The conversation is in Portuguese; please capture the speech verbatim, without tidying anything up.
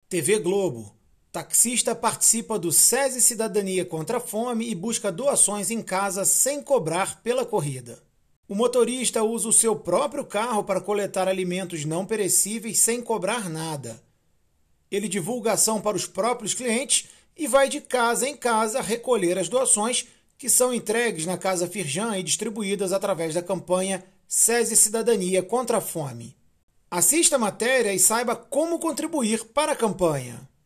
T V Globo. Taxista participa do SESI Cidadania contra a Fome e busca doações em casa sem cobrar pela corrida. O motorista usa o seu próprio carro para coletar alimentos não perecíveis sem cobrar nada. Ele divulga a ação para os próprios clientes e vai de casa em casa recolher as doações que são entregues na Casa Firjan e distribuídas através da campanha SESI Cidadania contra a Fome. Assista a matéria e saiba como contribuir para a campanha.